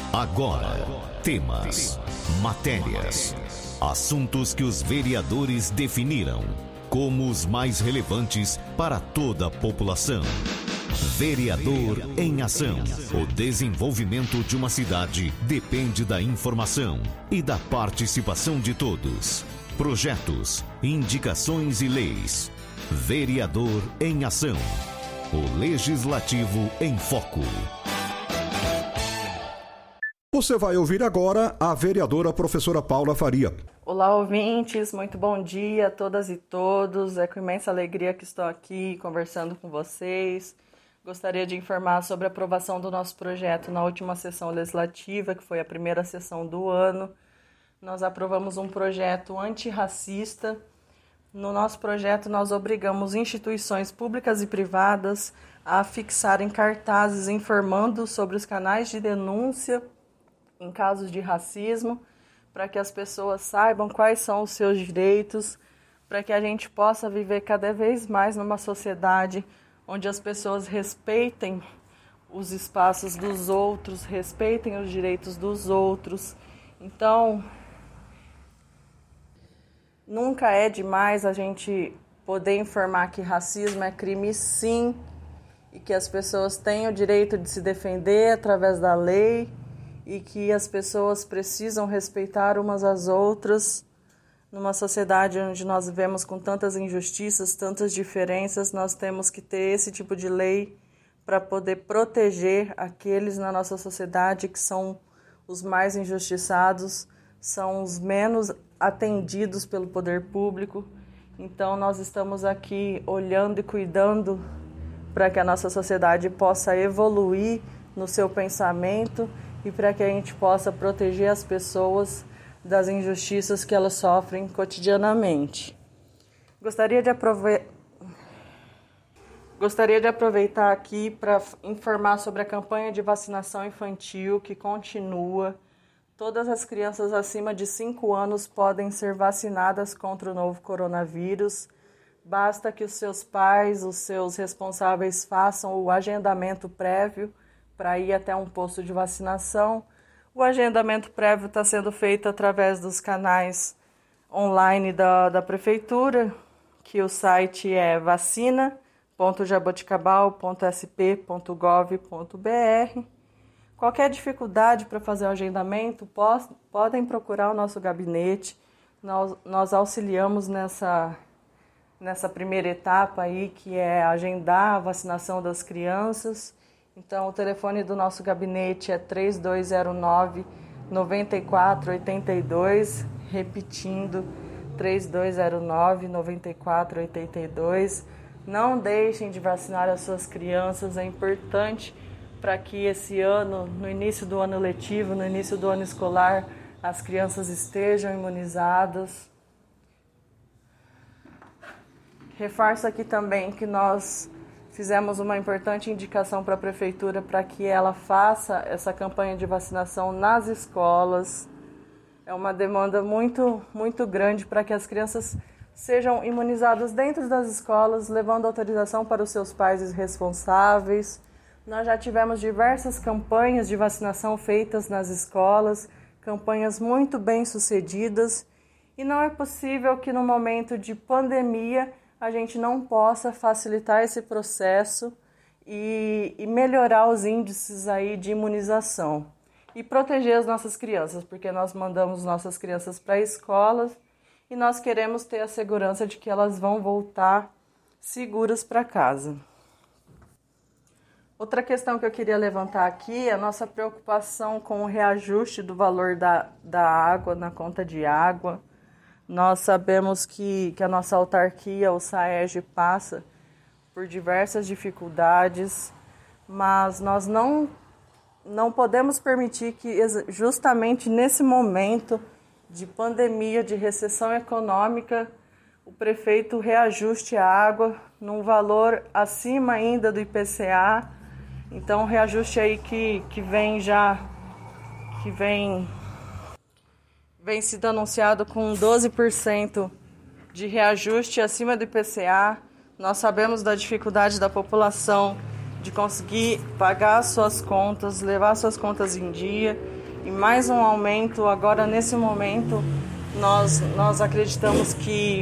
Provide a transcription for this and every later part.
Agora, temas, matérias, assuntos que os vereadores definiram como os mais relevantes para toda a população. Vereador em Ação. O desenvolvimento de uma cidade depende da informação e da participação de todos. Projetos, indicações e leis. Vereador em Ação. O Legislativo em Foco. Você vai ouvir agora a vereadora professora Paula Faria. Olá, ouvintes, muito bom dia a todas e todos. É com imensa alegria que estou aqui conversando com vocês. Gostaria de informar sobre a aprovação do nosso projeto na última sessão legislativa, que foi a primeira sessão do ano. Nós aprovamos um projeto antirracista. No nosso projeto, nós obrigamos instituições públicas e privadas a fixarem cartazes informando sobre os canais de denúncia em casos de racismo, para que as pessoas saibam quais são os seus direitos, para que a gente possa viver cada vez mais numa sociedade onde as pessoas respeitem os espaços dos outros, respeitem os direitos dos outros. Então, nunca é demais a gente poder informar que racismo é crime, sim, e que as pessoas têm o direito de se defender através da lei, e que as pessoas precisam respeitar umas às outras. Numa sociedade onde nós vivemos com tantas injustiças, tantas diferenças, nós temos que ter esse tipo de lei para poder proteger aqueles na nossa sociedade que são os mais injustiçados, são os menos atendidos pelo poder público. Então nós estamos aqui olhando e cuidando para que a nossa sociedade possa evoluir no seu pensamento e para que a gente possa proteger as pessoas das injustiças que elas sofrem cotidianamente. Gostaria de aproveitar aqui para informar sobre a campanha de vacinação infantil que continua. Todas as crianças acima de 5 anos podem ser vacinadas contra o novo coronavírus. Basta que os seus pais, os seus responsáveis façam o agendamento prévio para ir até um posto de vacinação. O agendamento prévio está sendo feito através dos canais online da Prefeitura, que o site é vacina.jaboticabal.sp.gov.br. Qualquer dificuldade para fazer o agendamento, podem procurar o nosso gabinete. Nós auxiliamos nessa primeira etapa aí, que é agendar a vacinação das crianças. Então, o telefone do nosso gabinete é 3209-9482, repetindo, 3209-9482. Não deixem de vacinar as suas crianças, é importante para que esse ano, no início do ano letivo, no início do ano escolar, as crianças estejam imunizadas. Reforço aqui também que nós fizemos uma importante indicação para a Prefeitura para que ela faça essa campanha de vacinação nas escolas. É uma demanda muito, muito grande para que as crianças sejam imunizadas dentro das escolas, levando autorização para os seus pais responsáveis. Nós já tivemos diversas campanhas de vacinação feitas nas escolas, campanhas muito bem sucedidas, e não é possível que no momento de pandemia a gente não possa facilitar esse processo e melhorar os índices aí de imunização e proteger as nossas crianças, porque nós mandamos nossas crianças para escolas e nós queremos ter a segurança de que elas vão voltar seguras para casa. Outra questão que eu queria levantar aqui é a nossa preocupação com o reajuste do valor da água na conta de água. Nós sabemos que a nossa autarquia, o SAERJ, passa por diversas dificuldades, mas nós não podemos permitir que justamente nesse momento de pandemia, de recessão econômica, o prefeito reajuste a água num valor acima ainda do IPCA. Então, o reajuste aí que vem sido anunciado com 12% de reajuste acima do IPCA. Nós sabemos da dificuldade da população de conseguir pagar suas contas, levar suas contas em dia, e mais um aumento agora nesse momento. Nós acreditamos que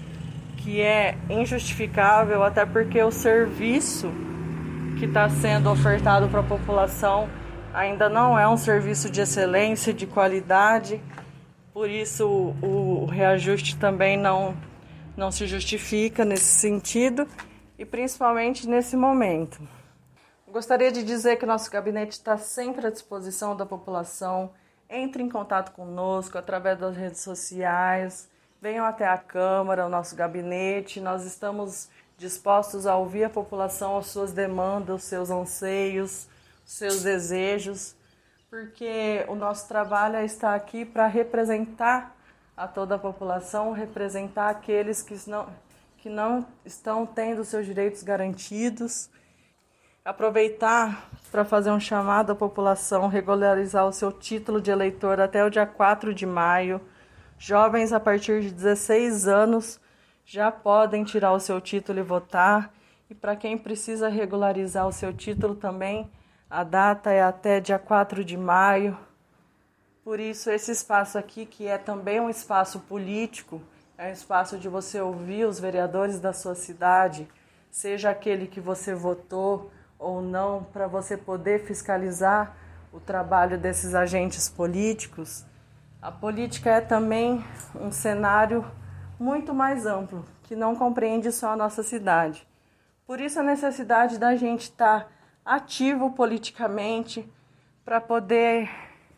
é injustificável, até porque o serviço que está sendo ofertado para a população ainda não é um serviço de excelência, de qualidade. Por isso o reajuste também não se justifica nesse sentido, e principalmente nesse momento. Gostaria de dizer que o nosso gabinete está sempre à disposição da população. Entre em contato conosco através das redes sociais, venham até a Câmara, o nosso gabinete. Nós estamos dispostos a ouvir a população, as suas demandas, os seus anseios, os seus desejos, porque o nosso trabalho é estar aqui para representar a toda a população, representar aqueles que não estão tendo seus direitos garantidos. Aproveitar para fazer um chamado à população regularizar o seu título de eleitor até o dia 4 de maio. Jovens a partir de 16 anos já podem tirar o seu título e votar. E para quem precisa regularizar o seu título também, a data é até dia 4 de maio. Por isso, esse espaço aqui, que é também um espaço político, é um espaço de você ouvir os vereadores da sua cidade, seja aquele que você votou ou não, para você poder fiscalizar o trabalho desses agentes políticos. A política é também um cenário muito mais amplo, que não compreende só a nossa cidade. Por isso a necessidade da gente estar ativo politicamente para poder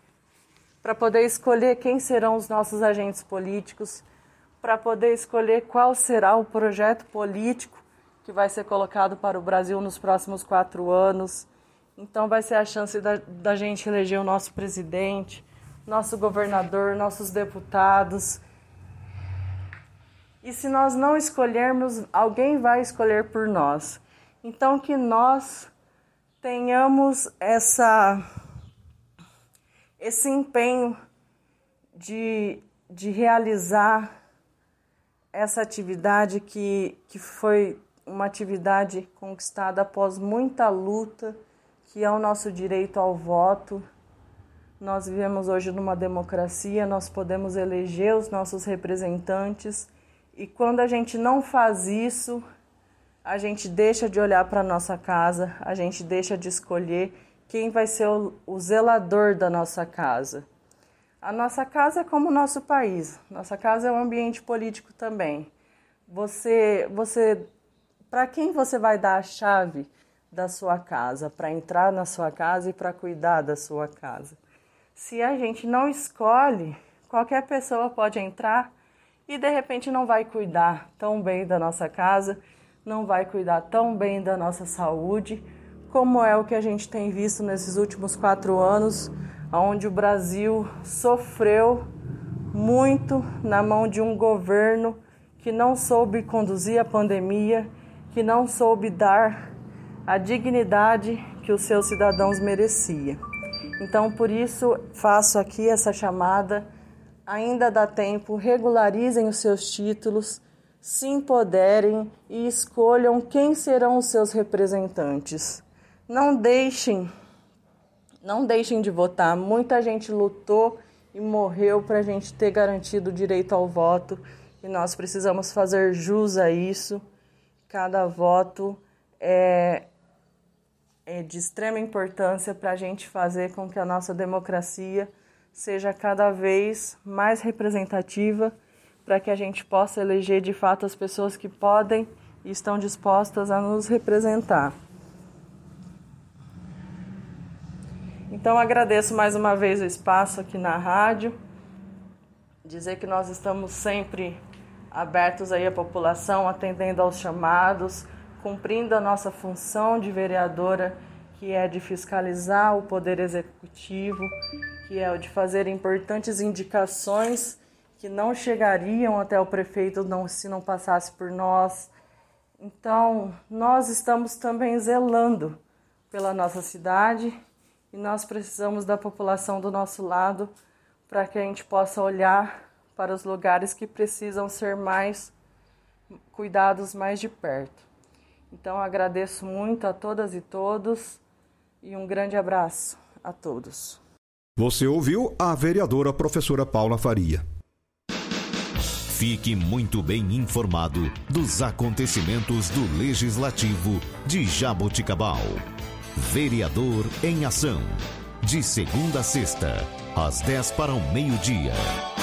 escolher quem serão os nossos agentes políticos, para poder escolher qual será o projeto político que vai ser colocado para o Brasil nos próximos 4 anos. Então vai ser a chance da gente eleger o nosso presidente, nosso governador, nossos deputados. E se nós não escolhermos, alguém vai escolher por nós. Então que nós tenhamos esse empenho de realizar essa atividade que foi uma atividade conquistada após muita luta, que é o nosso direito ao voto. Nós vivemos hoje numa democracia, nós podemos eleger os nossos representantes, e quando a gente não faz isso, a gente deixa de olhar para a nossa casa, a gente deixa de escolher quem vai ser o zelador da nossa casa. A nossa casa é como o nosso país, nossa casa é um ambiente político também. Para quem você vai dar a chave da sua casa, para entrar na sua casa e para cuidar da sua casa? Se a gente não escolhe, qualquer pessoa pode entrar e de repente não vai cuidar tão bem da nossa casa, não vai cuidar tão bem da nossa saúde, como é o que a gente tem visto nesses últimos 4 anos, onde o Brasil sofreu muito na mão de um governo que não soube conduzir a pandemia, que não soube dar a dignidade que os seus cidadãos mereciam. Então, por isso, faço aqui essa chamada. Ainda dá tempo, regularizem os seus títulos, se empoderem e escolham quem serão os seus representantes. Não deixem de votar. Muita gente lutou e morreu para a gente ter garantido o direito ao voto, e nós precisamos fazer jus a isso. Cada voto é de extrema importância para a gente fazer com que a nossa democracia seja cada vez mais representativa, para que a gente possa eleger de fato as pessoas que podem e estão dispostas a nos representar. Então agradeço mais uma vez o espaço aqui na rádio, dizer que nós estamos sempre abertos aí à população, atendendo aos chamados, cumprindo a nossa função de vereadora, que é de fiscalizar o Poder Executivo, que é o de fazer importantes indicações que não chegariam até o prefeito se não passasse por nós. Então, nós estamos também zelando pela nossa cidade e nós precisamos da população do nosso lado para que a gente possa olhar para os lugares que precisam ser mais cuidados mais de perto. Então agradeço muito a todas e todos e um grande abraço a todos. Você ouviu a vereadora professora Paula Faria. Fique muito bem informado dos acontecimentos do Legislativo de Jaboticabal. Vereador em Ação. De segunda a sexta, às 10 para o meio-dia.